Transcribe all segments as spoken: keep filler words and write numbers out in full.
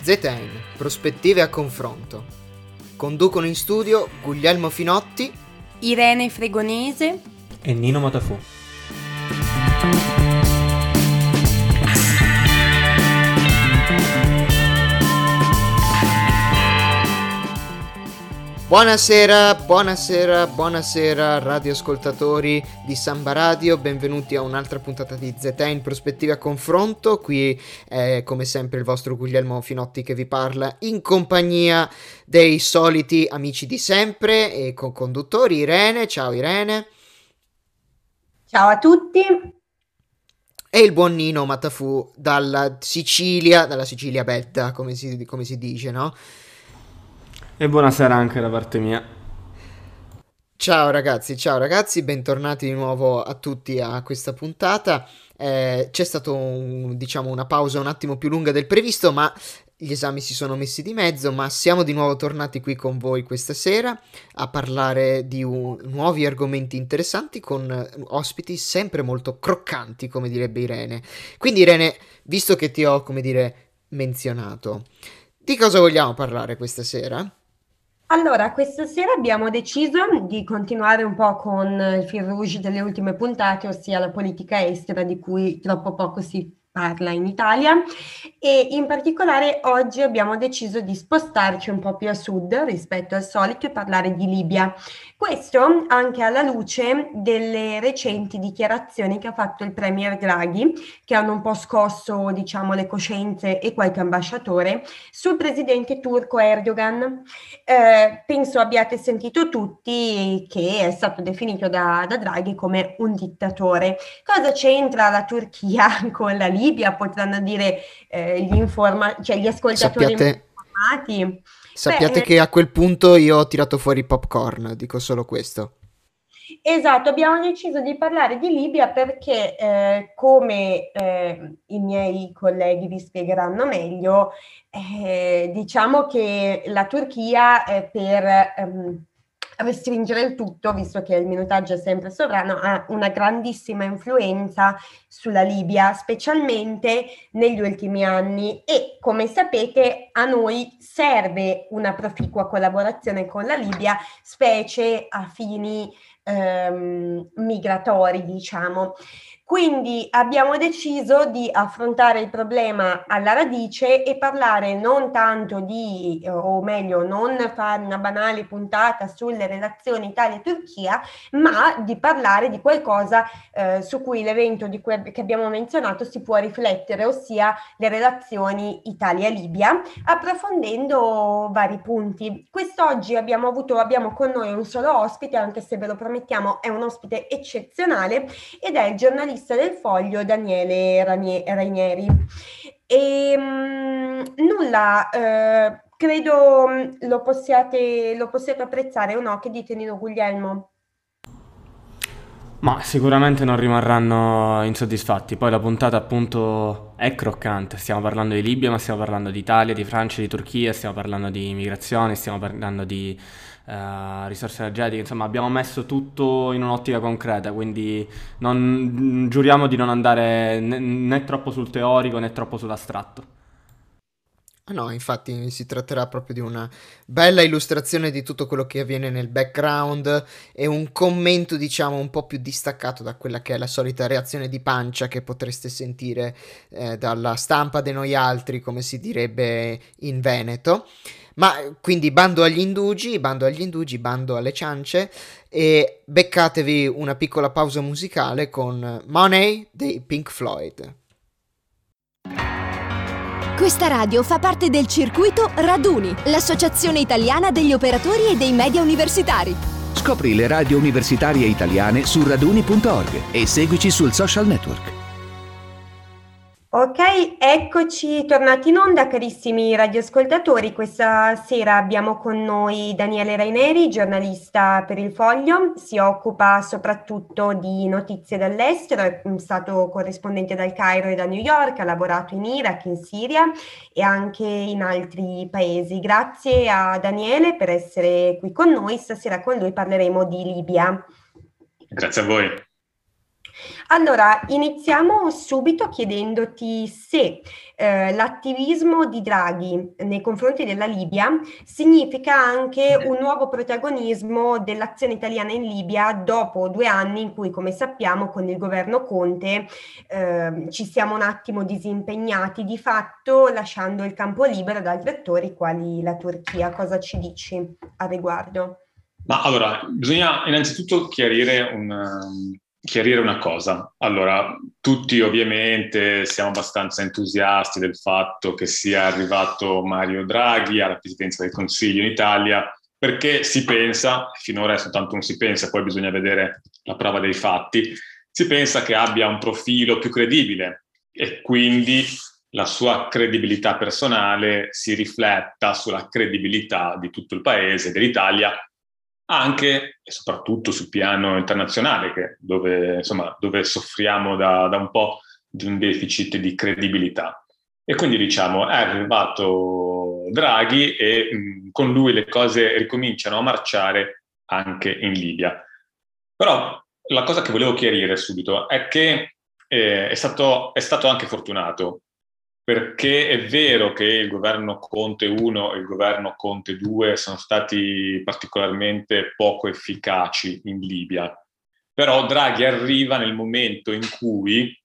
Z-N, prospettive a confronto. Conducono in studio Guglielmo Finotti, Irene Fregonese e Nino Matafu. Buonasera, buonasera, buonasera radioascoltatori di Samba Radio, benvenuti a un'altra puntata di Z-N Prospettive a Confronto. Qui è come sempre il vostro Guglielmo Finotti che vi parla in compagnia dei soliti amici di sempre e co-conduttori. Irene, ciao Irene. Ciao a tutti. E il buon Nino Matafu dalla Sicilia, dalla Sicilia bella, come si, come si dice, no? E buonasera anche da parte mia. Ciao ragazzi, ciao ragazzi, bentornati di nuovo a tutti a questa puntata. Eh, c'è stata un, diciamo, una pausa un attimo più lunga del previsto, ma gli esami si sono messi di mezzo, ma siamo di nuovo tornati qui con voi questa sera a parlare di un, nuovi argomenti interessanti con ospiti sempre molto croccanti, come direbbe Irene. Quindi Irene, visto che ti ho, come dire, menzionato, di cosa vogliamo parlare questa sera? Allora, questa sera abbiamo deciso di continuare un po' con il fil rouge delle ultime puntate, ossia la politica estera di cui troppo poco si parla in Italia, e in particolare oggi abbiamo deciso di spostarci un po' più a sud rispetto al solito e parlare di Libia. Questo anche alla luce delle recenti dichiarazioni che ha fatto il premier Draghi, che hanno un po' scosso, diciamo, le coscienze e qualche ambasciatore sul presidente turco Erdogan. Eh, penso abbiate sentito tutti che è stato definito da, da Draghi come un dittatore. Cosa c'entra la Turchia con la Libia? Potranno dire eh, gli, informa- cioè gli ascoltatori Sappiate... informati. Sappiate Beh, che a quel punto io ho tirato fuori i popcorn, dico solo questo. Esatto, abbiamo deciso di parlare di Libia perché, eh, come eh, i miei colleghi vi spiegheranno meglio, eh, diciamo che la Turchia eh, per ehm, restringere il tutto, visto che il minutaggio è sempre sovrano, ha una grandissima influenza sulla Libia, specialmente negli ultimi anni, e come sapete a noi serve una proficua collaborazione con la Libia, specie a fini ehm, migratori, diciamo. Quindi abbiamo deciso di affrontare il problema alla radice e parlare non tanto di, o meglio, non fare una banale puntata sulle relazioni Italia-Turchia, ma di parlare di qualcosa eh, su cui l'evento di cui, che abbiamo menzionato si può riflettere, ossia le relazioni Italia-Libia, approfondendo vari punti. Quest'oggi abbiamo avuto, abbiamo con noi un solo ospite, anche se ve lo promettiamo è un ospite eccezionale, ed è il giornalista del Foglio Daniele Raineri. E mh, nulla, eh, credo mh, lo possiate, lo possiate apprezzare o no? Che dite, Nino Guglielmo? Ma sicuramente non rimarranno insoddisfatti. Poi la puntata appunto è croccante. Stiamo parlando di Libia, ma stiamo parlando di Italia, di Francia, di Turchia, stiamo parlando di immigrazione, stiamo parlando di uh, risorse energetiche. Insomma, abbiamo messo tutto in un'ottica concreta, quindi non, giuriamo di non andare né, né troppo sul teorico né troppo sull'astratto. No, infatti si tratterà proprio di una bella illustrazione di tutto quello che avviene nel background e un commento, diciamo, un po' più distaccato da quella che è la solita reazione di pancia che potreste sentire eh, dalla stampa de noi altri, come si direbbe in Veneto. Ma quindi bando agli indugi, bando agli indugi, bando alle ciance, e beccatevi una piccola pausa musicale con Money dei Pink Floyd. Questa radio fa parte del circuito Raduni, l'associazione italiana degli operatori e dei media universitari. Scopri le radio universitarie italiane su raduni punto org e seguici sul social network. Ok, eccoci tornati in onda, carissimi radioascoltatori. Questa sera abbiamo con noi Daniele Raineri, giornalista per Il Foglio. Si occupa soprattutto di notizie dall'estero, è stato corrispondente dal Cairo e da New York, ha lavorato in Iraq, in Siria e anche in altri paesi. Grazie a Daniele per essere qui con noi. Stasera con lui parleremo di Libia. Grazie a voi. Allora, iniziamo subito chiedendoti se eh, l'attivismo di Draghi nei confronti della Libia significa anche un nuovo protagonismo dell'azione italiana in Libia dopo due anni in cui, come sappiamo, con il governo Conte eh, ci siamo un attimo disimpegnati di fatto, lasciando il campo libero ad altri attori quali la Turchia. Cosa ci dici al riguardo? Ma allora, bisogna innanzitutto chiarire, un, chiarire una cosa. Allora, tutti ovviamente siamo abbastanza entusiasti del fatto che sia arrivato Mario Draghi alla presidenza del Consiglio in Italia, perché si pensa, finora è soltanto un si pensa, poi bisogna vedere la prova dei fatti, si pensa che abbia un profilo più credibile e quindi la sua credibilità personale si rifletta sulla credibilità di tutto il paese, dell'Italia, anche e soprattutto sul piano internazionale, che dove, insomma, dove soffriamo da, da un po' di un deficit di credibilità. E quindi diciamo è arrivato Draghi e mh, con lui le cose ricominciano a marciare anche in Libia. Però la cosa che volevo chiarire subito è che eh, è stato, è stato anche fortunato, perché è vero che il governo Conte uno e il governo Conte due sono stati particolarmente poco efficaci in Libia, però Draghi arriva nel momento in cui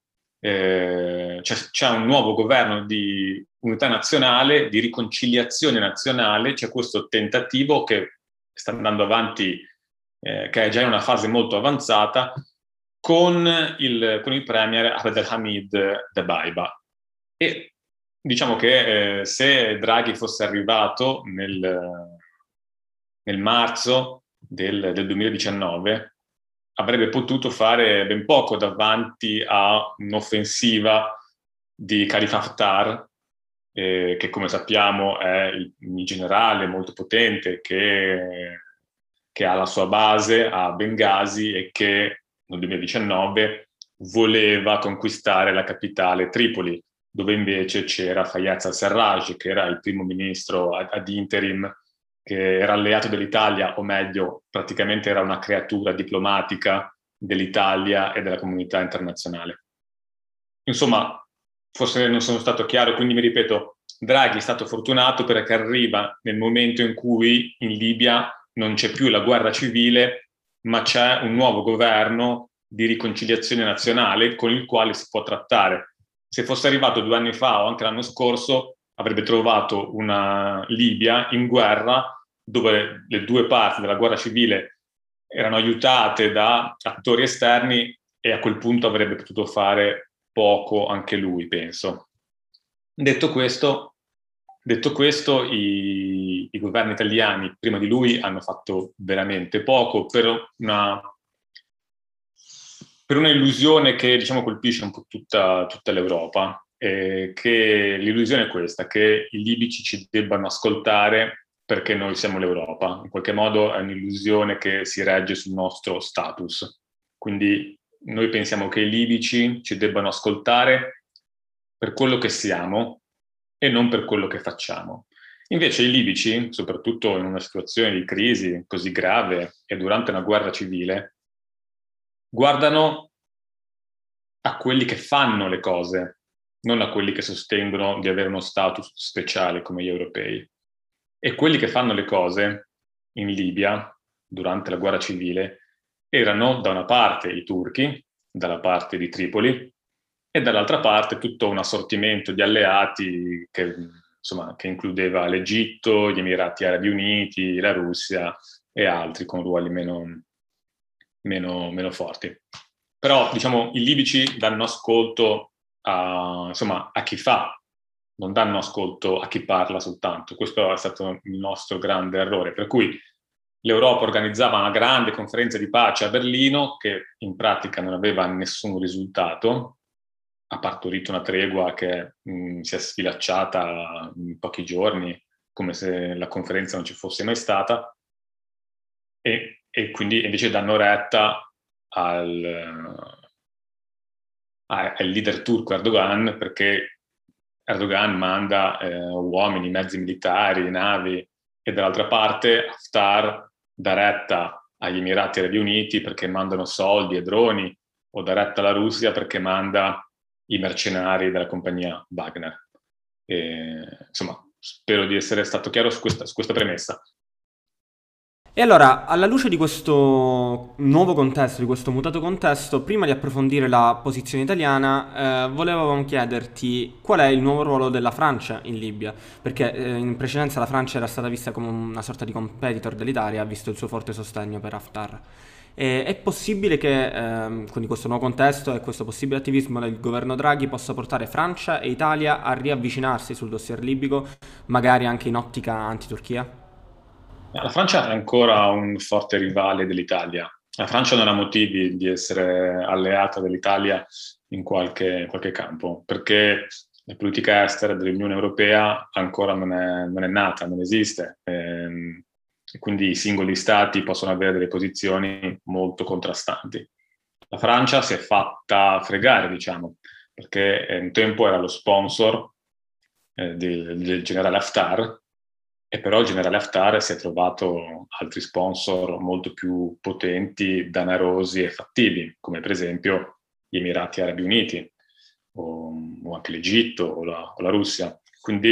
eh, c'è, c'è un nuovo governo di unità nazionale, di riconciliazione nazionale, c'è questo tentativo che sta andando avanti, eh, che è già in una fase molto avanzata, con il, con il premier Abdelhamid Dbeibeh. E diciamo che eh, se Draghi fosse arrivato nel, nel marzo del, del duemiladiciannove, avrebbe potuto fare ben poco davanti a un'offensiva di Khalifa Haftar, eh, che come sappiamo è il, il generale molto potente che, che ha la sua base a Bengasi e che nel duemiladiciannove voleva conquistare la capitale Tripoli, dove invece c'era Fayez al-Sarraj, che era il primo ministro ad, ad interim, che era alleato dell'Italia, o meglio, praticamente era una creatura diplomatica dell'Italia e della comunità internazionale. Insomma, forse non sono stato chiaro, quindi mi ripeto, Draghi è stato fortunato perché arriva nel momento in cui in Libia non c'è più la guerra civile, ma c'è un nuovo governo di riconciliazione nazionale con il quale si può trattare. Se fosse arrivato due anni fa o anche l'anno scorso, avrebbe trovato una Libia in guerra dove le due parti della guerra civile erano aiutate da attori esterni e a quel punto avrebbe potuto fare poco anche lui, penso. Detto questo, detto questo i, i governi italiani prima di lui hanno fatto veramente poco per una... per una illusione che diciamo colpisce un po' tutta, tutta l'Europa, eh, che l'illusione è questa, che i libici ci debbano ascoltare perché noi siamo l'Europa. In qualche modo è un'illusione che si regge sul nostro status. Quindi noi pensiamo che i libici ci debbano ascoltare per quello che siamo e non per quello che facciamo. Invece i libici, soprattutto in una situazione di crisi così grave e durante una guerra civile, guardano a quelli che fanno le cose, non a quelli che sostengono di avere uno status speciale come gli europei. E quelli che fanno le cose in Libia, durante la guerra civile, erano da una parte i turchi, dalla parte di Tripoli, e dall'altra parte tutto un assortimento di alleati che, insomma, che includeva l'Egitto, gli Emirati Arabi Uniti, la Russia e altri con ruoli meno, meno, meno forti. Però, diciamo, i libici danno ascolto a, insomma, a chi fa, non danno ascolto a chi parla soltanto. Questo è stato il nostro grande errore, per cui l'Europa organizzava una grande conferenza di pace a Berlino che in pratica non aveva nessun risultato, ha partorito una tregua che mh, si è sfilacciata in pochi giorni, come se la conferenza non ci fosse mai stata, e, e quindi invece danno retta al, al leader turco Erdogan, perché Erdogan manda eh, uomini, mezzi militari, navi, e dall'altra parte Haftar dà retta agli Emirati Arabi Uniti perché mandano soldi e droni o dà retta alla Russia perché manda i mercenari della compagnia Wagner. E, insomma, spero di essere stato chiaro su questa, su questa premessa. E allora, alla luce di questo nuovo contesto, di questo mutato contesto, prima di approfondire la posizione italiana, eh, volevamo chiederti qual è il nuovo ruolo della Francia in Libia, perché eh, in precedenza la Francia era stata vista come una sorta di competitor dell'Italia, ha visto il suo forte sostegno per Haftar. E è possibile che, ehm, quindi questo nuovo contesto e questo possibile attivismo del governo Draghi possa portare Francia e Italia a riavvicinarsi sul dossier libico, magari anche in ottica anti-Turchia? La Francia è ancora un forte rivale dell'Italia. La Francia non ha motivi di essere alleata dell'Italia in qualche, in qualche campo, perché la politica estera dell'Unione Europea ancora non è, non è nata, non esiste. E, e quindi i singoli stati possono avere delle posizioni molto contrastanti. La Francia si è fatta fregare, diciamo, perché un tempo era lo sponsor eh, del, del generale Haftar, e però il generale Haftar si è trovato altri sponsor molto più potenti, danarosi e fattivi, come per esempio gli Emirati Arabi Uniti, o, o anche l'Egitto o la, o la Russia. Quindi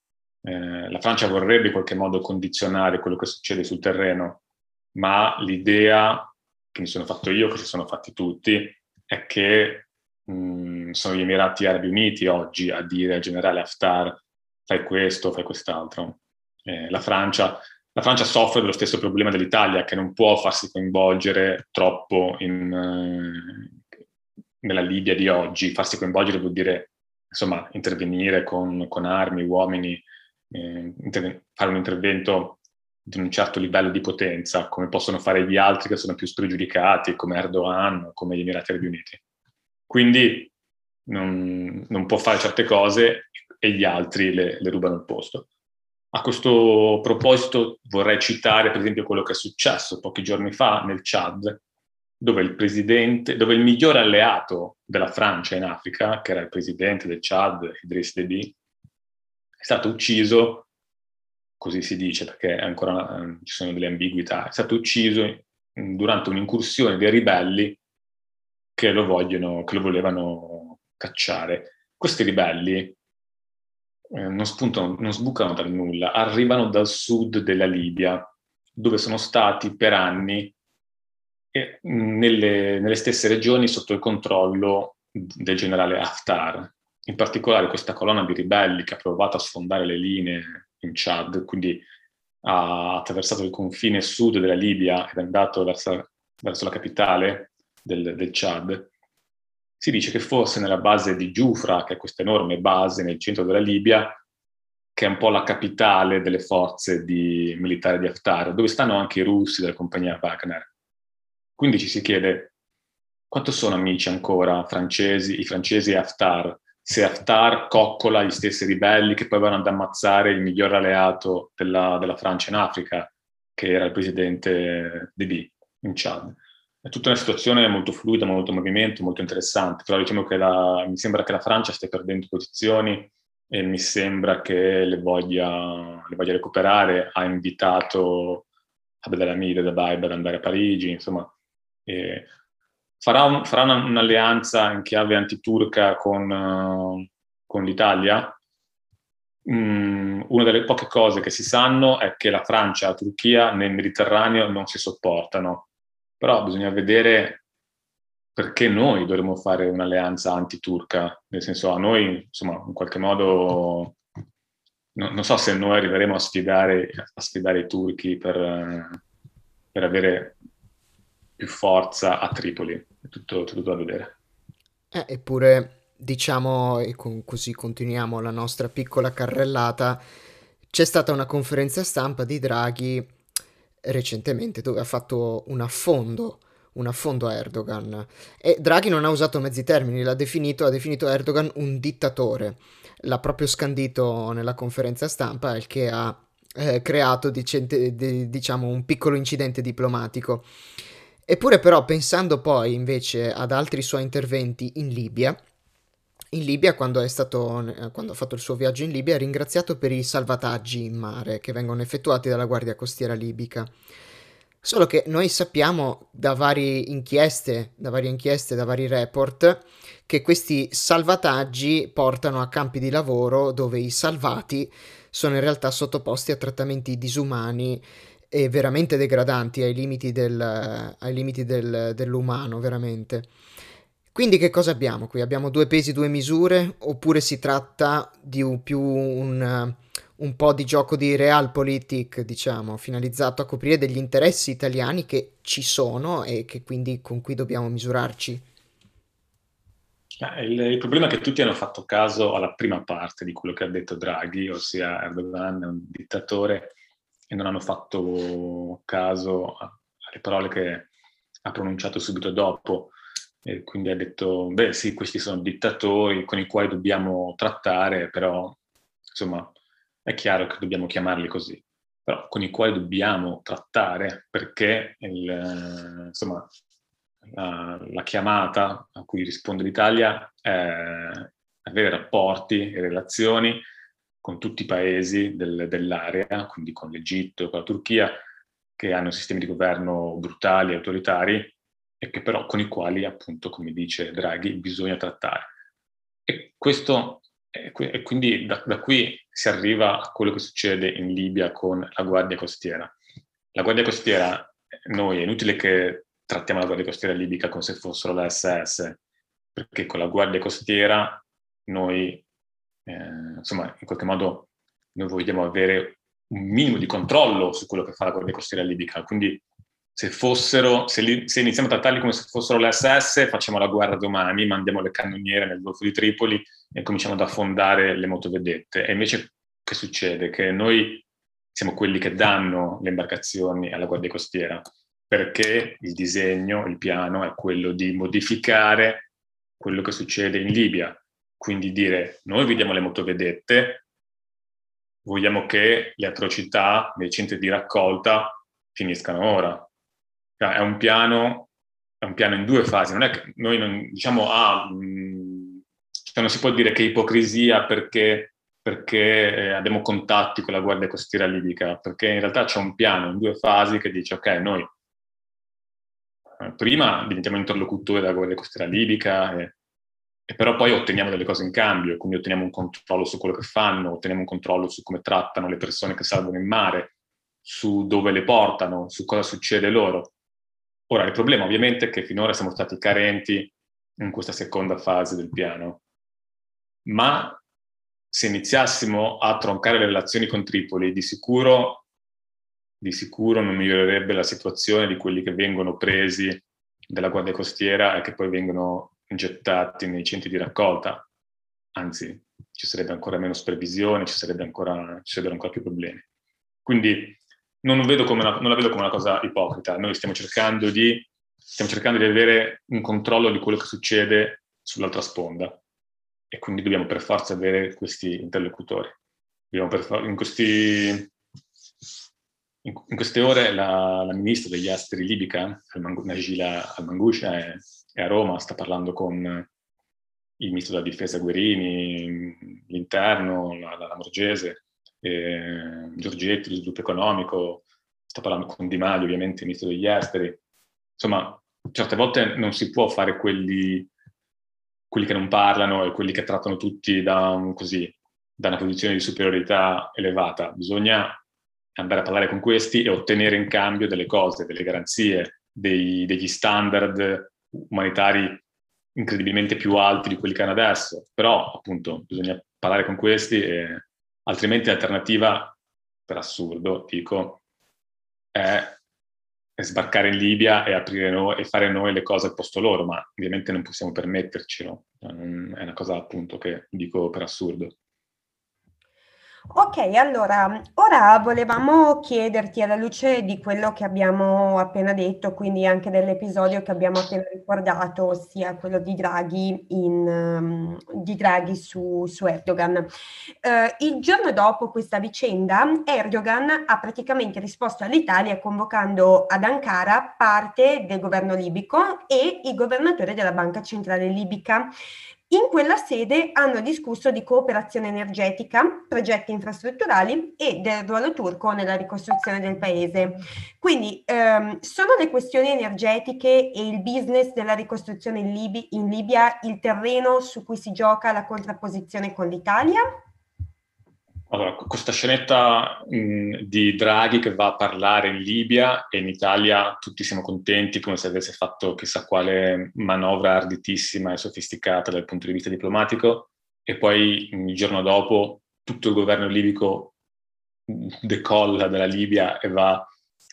eh, la Francia vorrebbe in qualche modo condizionare quello che succede sul terreno, ma l'idea che mi sono fatto io, che si sono fatti tutti, è che mh, sono gli Emirati Arabi Uniti oggi a dire al generale Haftar fai questo, fai quest'altro. Eh, la Francia, la Francia soffre dello stesso problema dell'Italia, che non può farsi coinvolgere troppo in, eh, nella Libia di oggi. Farsi coinvolgere vuol dire, insomma, intervenire con, con armi, uomini, eh, inter- fare un intervento di un certo livello di potenza, come possono fare gli altri che sono più spregiudicati, come Erdogan, come gli Emirati Arabi Uniti. Quindi non, non può fare certe cose e gli altri le, le rubano il posto. A questo proposito vorrei citare per esempio quello che è successo pochi giorni fa nel Chad, dove il presidente, dove il migliore alleato della Francia in Africa, che era il presidente del Chad, Idriss Déby, è stato ucciso, così si dice perché ancora eh, ci sono delle ambiguità, è stato ucciso in, durante un'incursione dei ribelli che lo vogliono, che lo volevano cacciare. Questi ribelli Eh, non spuntano, non sbucano dal nulla, arrivano dal sud della Libia, dove sono stati per anni e, nelle, nelle stesse regioni sotto il controllo del generale Haftar. In particolare questa colonna di ribelli che ha provato a sfondare le linee in Chad, quindi ha attraversato il confine sud della Libia ed è andato verso, verso la capitale del, del Chad. Si dice che fosse nella base di Giufra, che è questa enorme base nel centro della Libia, che è un po' la capitale delle forze di, militari di Haftar, dove stanno anche i russi della compagnia Wagner. Quindi ci si chiede quanto sono amici ancora francesi, i francesi e Haftar, se Haftar coccola gli stessi ribelli che poi vanno ad ammazzare il miglior alleato della, della Francia in Africa, che era il presidente Déby in Chad. È tutta una situazione molto fluida, molto movimento, molto interessante, però diciamo che la, mi sembra che la Francia stia perdendo posizioni e mi sembra che le voglia, le voglia recuperare. Ha invitato Abdelhamid Dbeibeh ad andare a Parigi, insomma, e farà, un, farà una, un'alleanza in chiave antiturca con, uh, con l'Italia. Mm, una delle poche cose che si sanno è che la Francia e la Turchia nel Mediterraneo non si sopportano. Però bisogna vedere perché noi dovremmo fare un'alleanza antiturca, nel senso a noi, insomma, in qualche modo, no, non so se noi arriveremo a sfidare, a sfidare i turchi per, per avere più forza a Tripoli, è tutto, tutto da vedere. Eh, eppure, diciamo, e con- così continuiamo la nostra piccola carrellata, c'è stata una conferenza stampa di Draghi recentemente dove ha fatto un affondo, un affondo a Erdogan e Draghi non ha usato mezzi termini, l'ha definito, ha definito Erdogan un dittatore, l'ha proprio scandito nella conferenza stampa, il che ha eh, creato dicente- di- diciamo un piccolo incidente diplomatico. Eppure però pensando poi invece ad altri suoi interventi in Libia, in Libia, quando è stato, quando ha fatto il suo viaggio in Libia, è ringraziato per i salvataggi in mare che vengono effettuati dalla Guardia Costiera libica. Solo che noi sappiamo da varie inchieste, da varie inchieste, da vari report, che questi salvataggi portano a campi di lavoro dove i salvati sono in realtà sottoposti a trattamenti disumani e veramente degradanti ai limiti del, ai limiti del- dell'umano, veramente. Quindi che cosa abbiamo qui? Abbiamo due pesi, due misure, oppure si tratta di un, più un, eh, un po' di gioco di realpolitik, diciamo, finalizzato a coprire degli interessi italiani che ci sono e che quindi con cui dobbiamo misurarci? Eh, Il, il problema è che tutti hanno fatto caso alla prima parte di quello che ha detto Draghi, ossia Erdogan è un dittatore, e non hanno fatto caso a- alle parole che ha pronunciato subito dopo. E quindi ha detto, beh sì, questi sono dittatori con i quali dobbiamo trattare, però insomma è chiaro che dobbiamo chiamarli così, però con i quali dobbiamo trattare perché il, eh, insomma, la, la chiamata a cui risponde l'Italia è avere rapporti e relazioni con tutti i paesi del- dell'area, quindi con l'Egitto, con la Turchia, che hanno sistemi di governo brutali, autoritari, e che però con i quali, appunto, come dice Draghi, bisogna trattare. E questo, e qui- e quindi da, da qui si arriva a quello che succede in Libia con la Guardia Costiera. La Guardia Costiera, noi è inutile che trattiamo la Guardia Costiera libica come se fossero la S S, perché con la Guardia Costiera noi, eh, insomma, in qualche modo noi vogliamo avere un minimo di controllo su quello che fa la Guardia Costiera libica. Quindi se fossero, se, li, se iniziamo a trattarli come se fossero l'S S, facciamo la guerra domani, mandiamo le cannoniere nel Golfo di Tripoli e cominciamo ad affondare le motovedette. E invece che succede? Che noi siamo quelli che danno le imbarcazioni alla Guardia Costiera, perché il disegno, il piano è quello di modificare quello che succede in Libia. Quindi dire, noi vi diamo le motovedette, vogliamo che le atrocità nei centri di raccolta finiscano ora. È un piano, è un piano in due fasi, non è che noi non diciamo, ah, mh, cioè non si può dire che ipocrisia perché, perché eh, abbiamo contatti con la Guardia Costiera libica, perché in realtà c'è un piano in due fasi che dice, ok, noi eh, prima diventiamo interlocutori della Guardia Costiera libica, e, e però poi otteniamo delle cose in cambio, quindi otteniamo un controllo su quello che fanno, otteniamo un controllo su come trattano le persone che salgono in mare, su dove le portano, su cosa succede loro. Ora, il problema ovviamente è che finora siamo stati carenti in questa seconda fase del piano, ma se iniziassimo a troncare le relazioni con Tripoli, di sicuro, di sicuro non migliorerebbe la situazione di quelli che vengono presi dalla Guardia Costiera e che poi vengono gettati nei centri di raccolta. Anzi, ci sarebbe ancora meno supervisione, ci sarebbe ancora, ci sarebbero ancora più problemi. Quindi non, vedo come una, non la vedo come una cosa ipocrita. Noi stiamo cercando di, stiamo cercando di avere un controllo di quello che succede sull'altra sponda e quindi dobbiamo per forza avere questi interlocutori. Dobbiamo per for- in, questi, in, in queste ore la, la ministra degli esteri libica, Najila Al-Mangousha, è, è a Roma, sta parlando con il ministro della difesa Guerini, l'interno, la, la Lamorgese, eh, Giorgetti, lo sviluppo economico, sta parlando con Di Maio, ovviamente, il ministro degli esteri. Insomma, certe volte non si può fare quelli, quelli che non parlano e quelli che trattano tutti da, un, così, da una posizione di superiorità elevata. Bisogna andare a parlare con questi e ottenere in cambio delle cose, delle garanzie, dei, degli standard umanitari incredibilmente più alti di quelli che hanno adesso. Però, appunto, bisogna parlare con questi e altrimenti l'alternativa, per assurdo, dico, è, è sbarcare in Libia e aprire noi e fare noi le cose al posto loro, ma ovviamente non possiamo permettercelo. È una cosa, appunto, che dico per assurdo. Ok, allora, ora volevamo chiederti alla luce di quello che abbiamo appena detto, quindi anche dell'episodio che abbiamo appena ricordato, ossia quello di Draghi, in, um, di Draghi su, su Erdogan. Eh, il giorno dopo questa vicenda, Erdogan ha praticamente risposto all'Italia convocando ad Ankara parte del governo libico e il governatore della Banca Centrale Libica In quella sede hanno discusso di cooperazione energetica, progetti infrastrutturali e del ruolo turco nella ricostruzione del paese. Quindi ehm, sono le questioni energetiche e il business della ricostruzione in, Lib- in Libia il terreno su cui si gioca la contrapposizione con l'Italia? Allora, questa scenetta mh, di Draghi che va a parlare in Libia e in Italia tutti siamo contenti come se avesse fatto chissà quale manovra arditissima e sofisticata dal punto di vista diplomatico, e poi il giorno dopo tutto il governo libico decolla dalla Libia e va,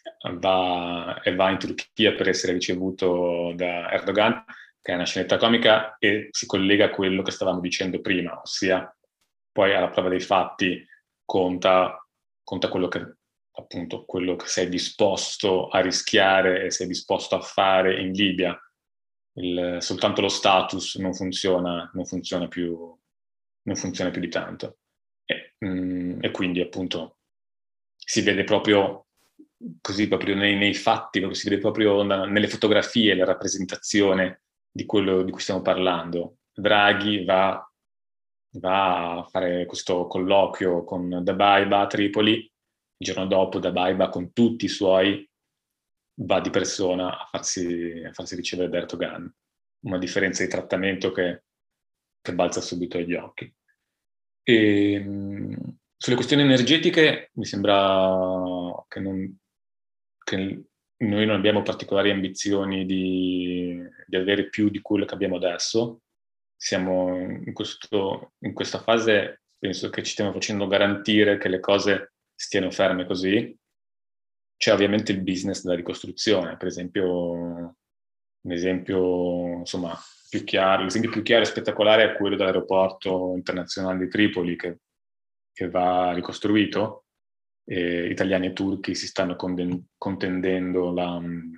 va, e va in Turchia per essere ricevuto da Erdogan, che è una scenetta comica e si collega a quello che stavamo dicendo prima, ossia poi alla prova dei fatti conta, conta quello che appunto quello che sei disposto a rischiare e sei disposto a fare in Libia. Il, soltanto lo status non funziona, non funziona più, non funziona più di tanto. E, mm, e quindi appunto si vede proprio così, proprio nei, nei fatti, proprio si vede proprio na, nelle fotografie la rappresentazione di quello di cui stiamo parlando. Draghi va va a fare questo colloquio con Dabaiba a Tripoli, il giorno dopo Dabaiba con tutti i suoi va di persona a farsi, a farsi ricevere da Erdogan. Una differenza di trattamento che, che balza subito agli occhi. E, mh, sulle questioni energetiche mi sembra che, non, che noi non abbiamo particolari ambizioni di, di avere più di quello che abbiamo adesso. Siamo in, questo, in questa fase, penso che ci stiamo facendo garantire che le cose stiano ferme così. C'è ovviamente il business della ricostruzione, per esempio, un esempio insomma più chiaro, l'esempio più chiaro e spettacolare è quello dell'aeroporto internazionale di Tripoli che, che va ricostruito, e italiani e turchi si stanno conden- contendendo la,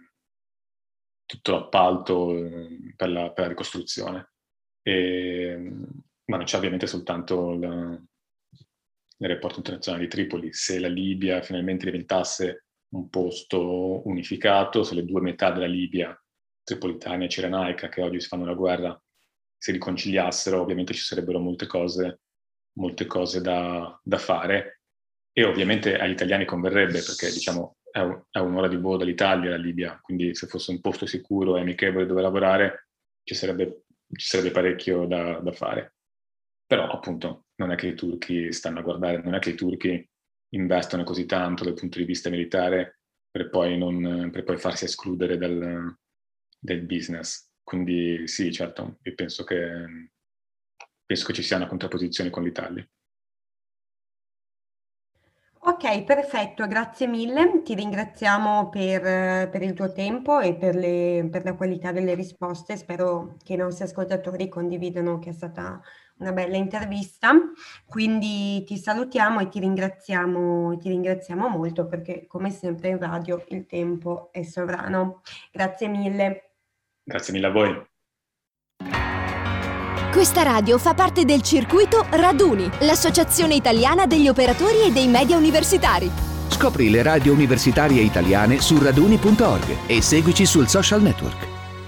tutto l'appalto per la, per la ricostruzione. E, ma non c'è ovviamente soltanto la, l'aeroporto internazionale di Tripoli. Se la Libia finalmente diventasse un posto unificato, se le due metà della Libia, tripolitana e cirenaica, che oggi si fanno la guerra, si riconciliassero, ovviamente ci sarebbero molte cose, molte cose da, da fare, e ovviamente agli italiani converrebbe, perché diciamo è, un, è un'ora di volo dall'Italia la Libia, quindi se fosse un posto sicuro e amichevole dove lavorare ci sarebbe ci sarebbe parecchio da, da fare. Però appunto non è che i turchi stanno a guardare, non è che i turchi investono così tanto dal punto di vista militare per poi, non, per poi farsi escludere dal, del business. Quindi sì, certo, io penso che, penso che ci sia una contrapposizione con l'Italia. Ok, perfetto, grazie mille. Ti ringraziamo per, per il tuo tempo e per, le- per la qualità delle risposte. Spero che i nostri ascoltatori condividano che è stata una bella intervista. Quindi ti salutiamo e ti ringraziamo, ti ringraziamo molto perché, come sempre in radio, il tempo è sovrano. Grazie mille. Grazie mille a voi. Questa radio fa parte del circuito Raduni, l'associazione italiana degli operatori e dei media universitari. Scopri le radio universitarie italiane su raduni punto org e seguici sul social network.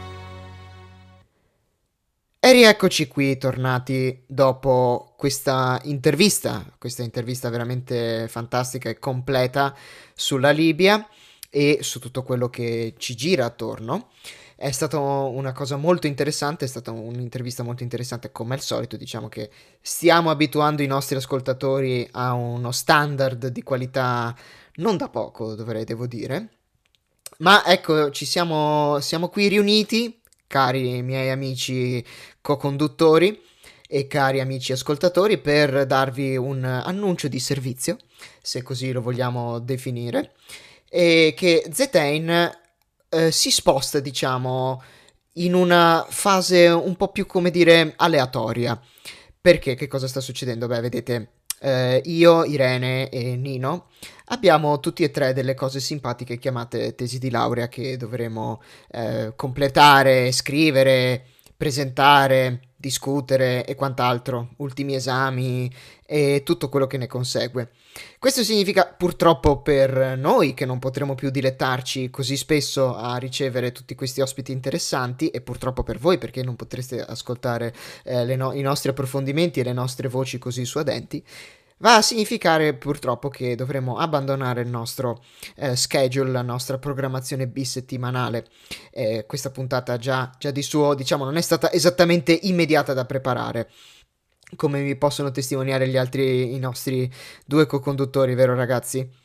E rieccoci qui, tornati dopo questa intervista, questa intervista veramente fantastica e completa sulla Libia e su tutto quello che ci gira attorno. È stata una cosa molto interessante, è stata un'intervista molto interessante, come al solito. Diciamo che stiamo abituando i nostri ascoltatori a uno standard di qualità non da poco, dovrei, devo dire. Ma ecco, ci siamo, siamo qui riuniti, cari miei amici co-conduttori e cari amici ascoltatori, per darvi un annuncio di servizio, se così lo vogliamo definire, e che Zetain eh, si sposta, diciamo, in una fase un po' più, come dire, aleatoria. Perché? Che cosa sta succedendo? Beh, vedete, eh, io, Irene e Nino abbiamo tutti e tre delle cose simpatiche chiamate tesi di laurea che dovremo eh, completare, scrivere, presentare, discutere e quant'altro, ultimi esami e tutto quello che ne consegue. Questo significa purtroppo per noi che non potremo più dilettarci così spesso a ricevere tutti questi ospiti interessanti, e purtroppo per voi perché non potreste ascoltare eh, le no- i nostri approfondimenti e le nostre voci così suadenti. Va a significare purtroppo che dovremo abbandonare il nostro eh, schedule, la nostra programmazione bisettimanale. Eh, questa puntata già, già di suo, diciamo, non è stata esattamente immediata da preparare, come vi possono testimoniare gli altri, i nostri due co-conduttori, vero ragazzi?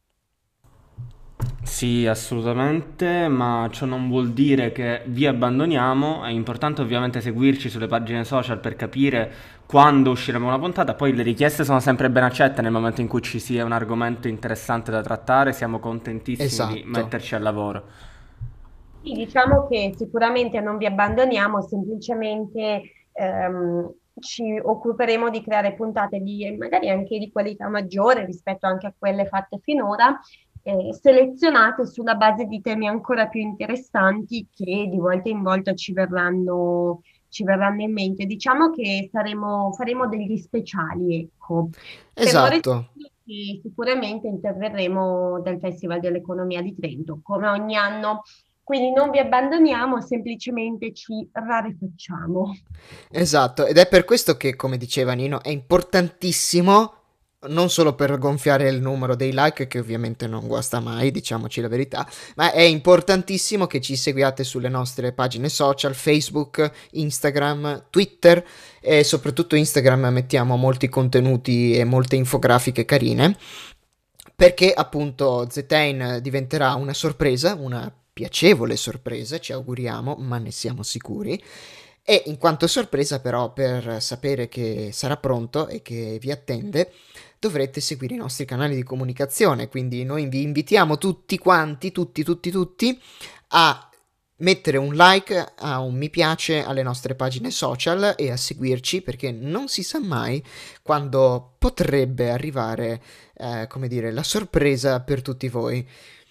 Sì, assolutamente, ma ciò non vuol dire che vi abbandoniamo. È importante ovviamente seguirci sulle pagine social per capire quando usciremo una puntata. Poi le richieste sono sempre ben accette nel momento in cui ci sia un argomento interessante da trattare. Siamo contentissimi di Esatto, metterci al lavoro. Sì, diciamo che sicuramente non vi abbandoniamo, semplicemente ehm, ci occuperemo di creare puntate di magari anche di qualità maggiore rispetto anche a quelle fatte finora, eh, selezionate sulla base di temi ancora più interessanti che di volta in volta ci verranno, ci verranno in mente. Diciamo che saremo, faremo degli speciali, ecco. Fermo esatto. restando che sicuramente interverremo del Festival dell'Economia di Trento, come ogni anno. Quindi non vi abbandoniamo, semplicemente ci rarefacciamo. Esatto, ed è per questo che, come diceva Nino, è importantissimo, non solo per gonfiare il numero dei like, che ovviamente non guasta mai, diciamoci la verità, ma è importantissimo che ci seguiate sulle nostre pagine social, Facebook, Instagram, Twitter, e soprattutto Instagram mettiamo molti contenuti e molte infografiche carine, perché appunto Zetain diventerà una sorpresa, una piacevole sorpresa, ci auguriamo, ma ne siamo sicuri. E in quanto sorpresa però, per sapere che sarà pronto e che vi attende, dovrete seguire i nostri canali di comunicazione, quindi noi vi invitiamo tutti quanti, tutti, tutti, tutti, a mettere un like, a un mi piace alle nostre pagine social e a seguirci, perché non si sa mai quando potrebbe arrivare, eh, come dire, la sorpresa per tutti voi.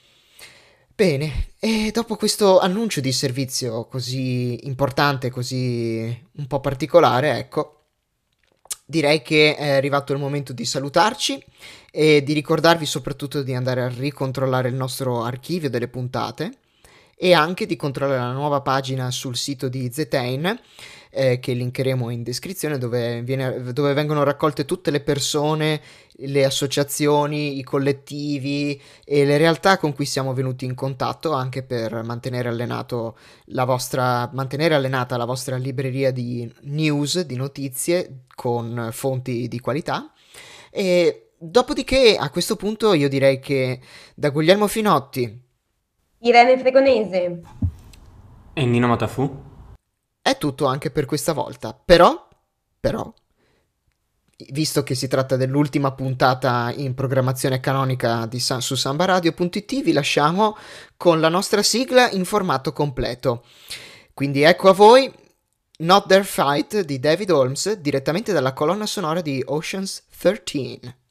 Bene, e dopo questo annuncio di servizio così importante, così un po' particolare, ecco, direi che è arrivato il momento di salutarci e di ricordarvi soprattutto di andare a ricontrollare il nostro archivio delle puntate e anche di controllare la nuova pagina sul sito di Zetain, eh, che linkeremo in descrizione, dove, viene- dove vengono raccolte tutte le persone, le associazioni, i collettivi e le realtà con cui siamo venuti in contatto, anche per mantenere allenato la vostra, mantenere allenata la vostra libreria di news, di notizie con fonti di qualità. E dopodiché, a questo punto, io direi che da Guglielmo Finotti Irene Fregonese. E Nino Matafu? è tutto anche per questa volta. Però, però, visto che si tratta dell'ultima puntata in programmazione canonica di Sa- su sambaradio punto it, vi lasciamo con la nostra sigla in formato completo. Quindi ecco a voi Not Their Fight di David Holmes, direttamente dalla colonna sonora di Ocean's tredici.